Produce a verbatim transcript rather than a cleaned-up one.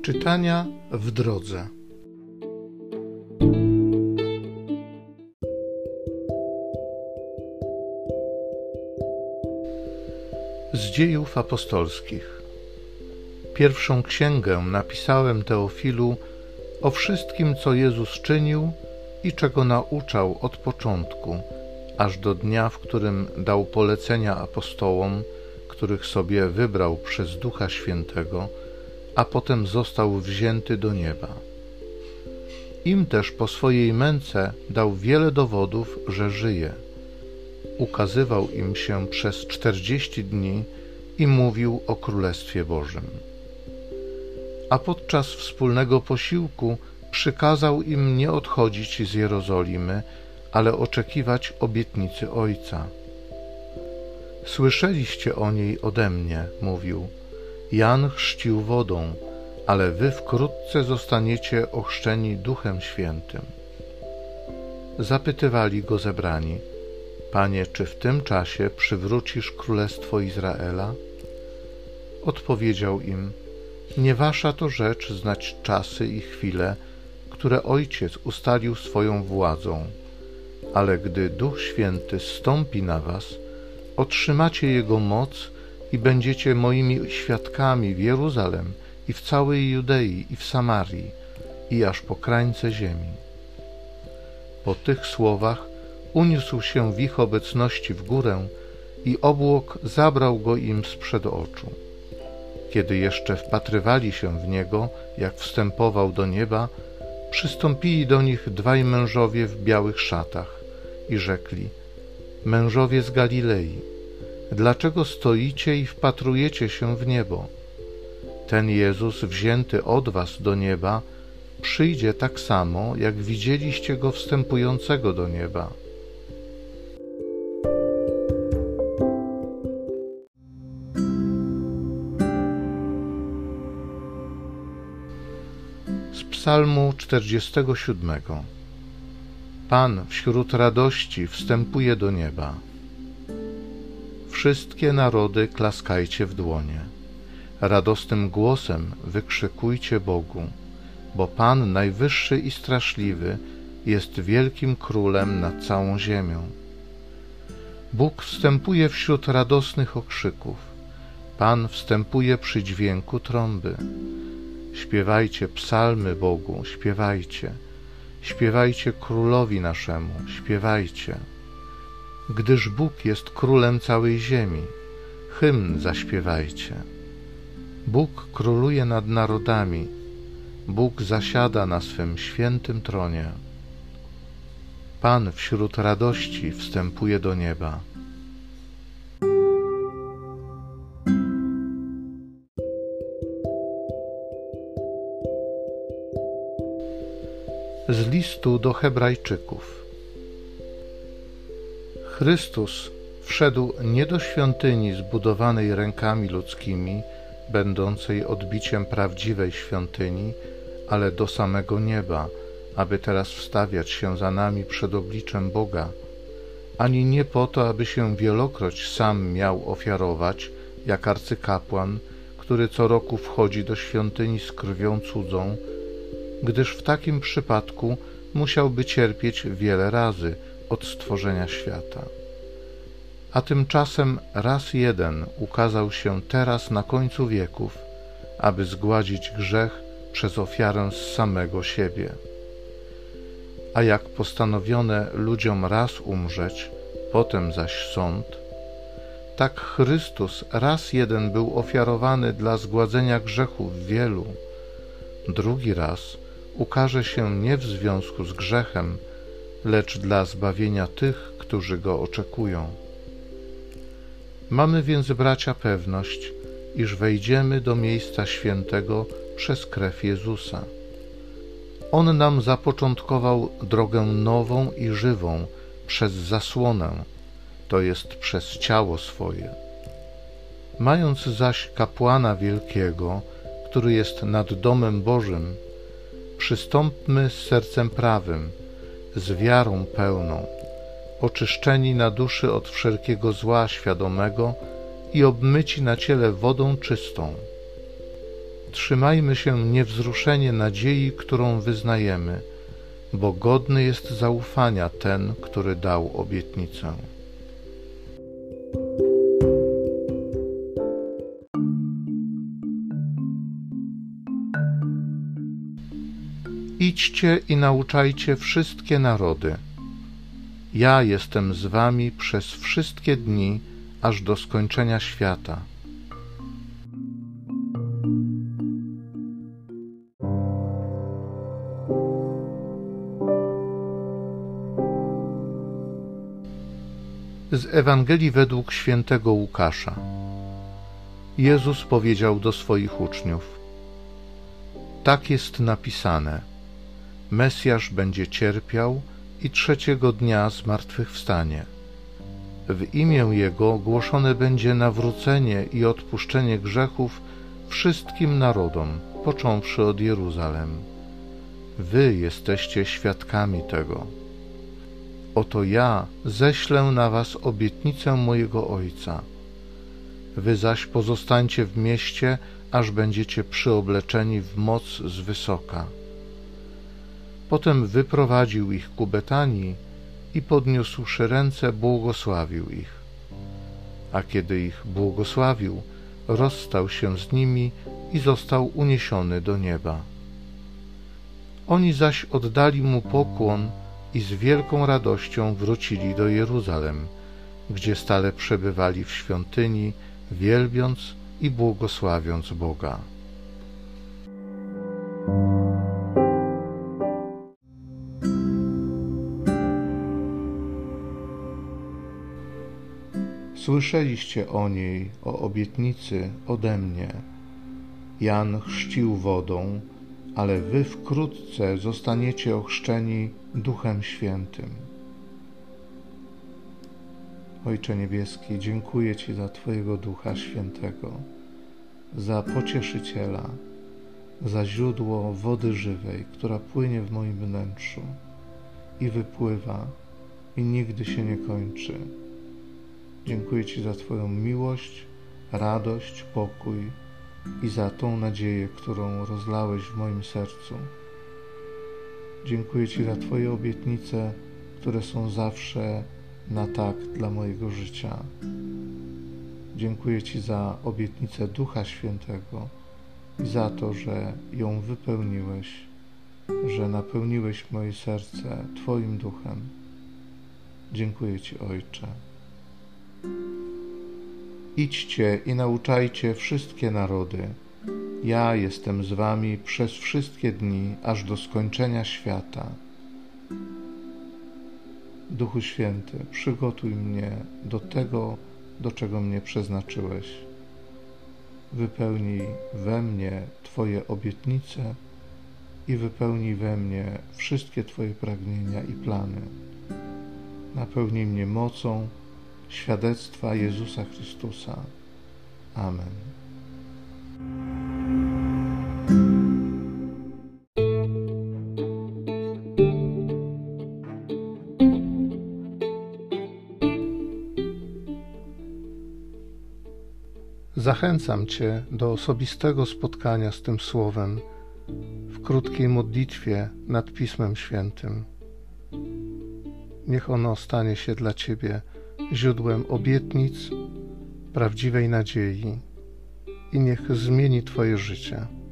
Czytania w drodze. Z Dziejów Apostolskich. Pierwszą księgę napisałem, Teofilu, o wszystkim, co Jezus czynił i czego nauczał od początku, aż do dnia, w którym dał polecenia apostołom, których sobie wybrał przez Ducha Świętego, a potem został wzięty do nieba. Im też po swojej męce dał wiele dowodów, że żyje. Ukazywał im się przez czterdzieści dni i mówił o Królestwie Bożym. A podczas wspólnego posiłku przykazał im nie odchodzić z Jerozolimy, ale oczekiwać obietnicy Ojca. Słyszeliście o niej ode mnie, mówił. Jan chrzcił wodą, ale wy wkrótce zostaniecie ochrzczeni Duchem Świętym. Zapytywali go zebrani: Panie, czy w tym czasie przywrócisz królestwo Izraela? Odpowiedział im: Nie wasza to rzecz znać czasy i chwile, które Ojciec ustalił swoją władzą, ale gdy Duch Święty zstąpi na was, otrzymacie Jego moc i będziecie moimi świadkami w Jeruzalem i w całej Judei i w Samarii i aż po krańce ziemi. Po tych słowach uniósł się w ich obecności w górę i obłok zabrał go im sprzed oczu. Kiedy jeszcze wpatrywali się w Niego, jak wstępował do nieba, przystąpili do nich dwaj mężowie w białych szatach i rzekli: Mężowie z Galilei, dlaczego stoicie i wpatrujecie się w niebo? Ten Jezus, wzięty od was do nieba, przyjdzie tak samo, jak widzieliście Go wstępującego do nieba. Z Psalmu czterdziestego siódmego. Pan wśród radości wstępuje do nieba. Wszystkie narody klaskajcie w dłonie. Radosnym głosem wykrzykujcie Bogu, bo Pan najwyższy i straszliwy jest wielkim królem nad całą ziemią. Bóg wstępuje wśród radosnych okrzyków. Pan wstępuje przy dźwięku trąby. Śpiewajcie psalmy Bogu, śpiewajcie. Śpiewajcie królowi naszemu, śpiewajcie. Gdyż Bóg jest królem całej ziemi, hymn zaśpiewajcie. Bóg króluje nad narodami, Bóg zasiada na swym świętym tronie. Pan wśród radości wstępuje do nieba. Z listu do Hebrajczyków. Chrystus wszedł nie do świątyni zbudowanej rękami ludzkimi, będącej odbiciem prawdziwej świątyni, ale do samego nieba, aby teraz wstawiać się za nami przed obliczem Boga, ani nie po to, aby się wielokroć sam miał ofiarować, jak arcykapłan, który co roku wchodzi do świątyni z krwią cudzą, gdyż w takim przypadku musiałby cierpieć wiele razy od stworzenia świata. A tymczasem raz jeden ukazał się teraz na końcu wieków, aby zgładzić grzech przez ofiarę z samego siebie. A jak postanowione ludziom raz umrzeć, potem zaś sąd, tak Chrystus raz jeden był ofiarowany dla zgładzenia grzechów wielu, drugi raz ukaże się nie w związku z grzechem, lecz dla zbawienia tych, którzy Go oczekują. Mamy więc, bracia, pewność, iż wejdziemy do miejsca świętego przez krew Jezusa. On nam zapoczątkował drogę nową i żywą przez zasłonę, to jest przez ciało swoje. Mając zaś kapłana wielkiego, który jest nad domem Bożym, przystąpmy z sercem prawym, z wiarą pełną, oczyszczeni na duszy od wszelkiego zła świadomego i obmyci na ciele wodą czystą. trzymajmy się niewzruszenie nadziei, którą wyznajemy, bo godny jest zaufania ten, który dał obietnicę. Idźcie i nauczajcie wszystkie narody. Ja jestem z wami przez wszystkie dni, aż do skończenia świata. Z Ewangelii według świętego Łukasza. Jezus powiedział do swoich uczniów: tak jest napisane: Mesjasz będzie cierpiał i trzeciego dnia zmartwychwstanie. W imię Jego głoszone będzie nawrócenie i odpuszczenie grzechów wszystkim narodom, począwszy od Jeruzalem. Wy jesteście świadkami tego. Oto ja ześlę na was obietnicę mojego Ojca. Wy zaś pozostańcie w mieście, aż będziecie przyobleczeni w moc z wysoka. Potem wyprowadził ich ku Betanii i podniósłszy ręce, błogosławił ich. A kiedy ich błogosławił, rozstał się z nimi i został uniesiony do nieba. Oni zaś oddali mu pokłon i z wielką radością wrócili do Jeruzalem, gdzie stale przebywali w świątyni, wielbiąc i błogosławiąc Boga. Słyszeliście o niej, o obietnicy ode mnie. Jan chrzcił wodą, ale wy wkrótce zostaniecie ochrzczeni Duchem Świętym. Ojcze Niebieski, dziękuję Ci za Twojego Ducha Świętego, za Pocieszyciela, za źródło wody żywej, która płynie w moim wnętrzu i wypływa i nigdy się nie kończy. Dziękuję Ci za Twoją miłość, radość, pokój i za tą nadzieję, którą rozlałeś w moim sercu. Dziękuję Ci za Twoje obietnice, które są zawsze na tak dla mojego życia. Dziękuję Ci za obietnicę Ducha Świętego i za to, że ją wypełniłeś, że napełniłeś moje serce Twoim Duchem. Dziękuję Ci, Ojcze. Idźcie i nauczajcie wszystkie narody. Ja jestem z wami przez wszystkie dni, aż do skończenia świata. Duchu Święty, przygotuj mnie do tego, do czego mnie przeznaczyłeś. Wypełnij we mnie Twoje obietnice i wypełnij we mnie wszystkie Twoje pragnienia i plany. Napełnij mnie mocą świadectwa Jezusa Chrystusa. Amen. Zachęcam Cię do osobistego spotkania z tym Słowem w krótkiej modlitwie nad Pismem Świętym. Niech ono stanie się dla Ciebie źródłem obietnic, prawdziwej nadziei i niech zmieni Twoje życie.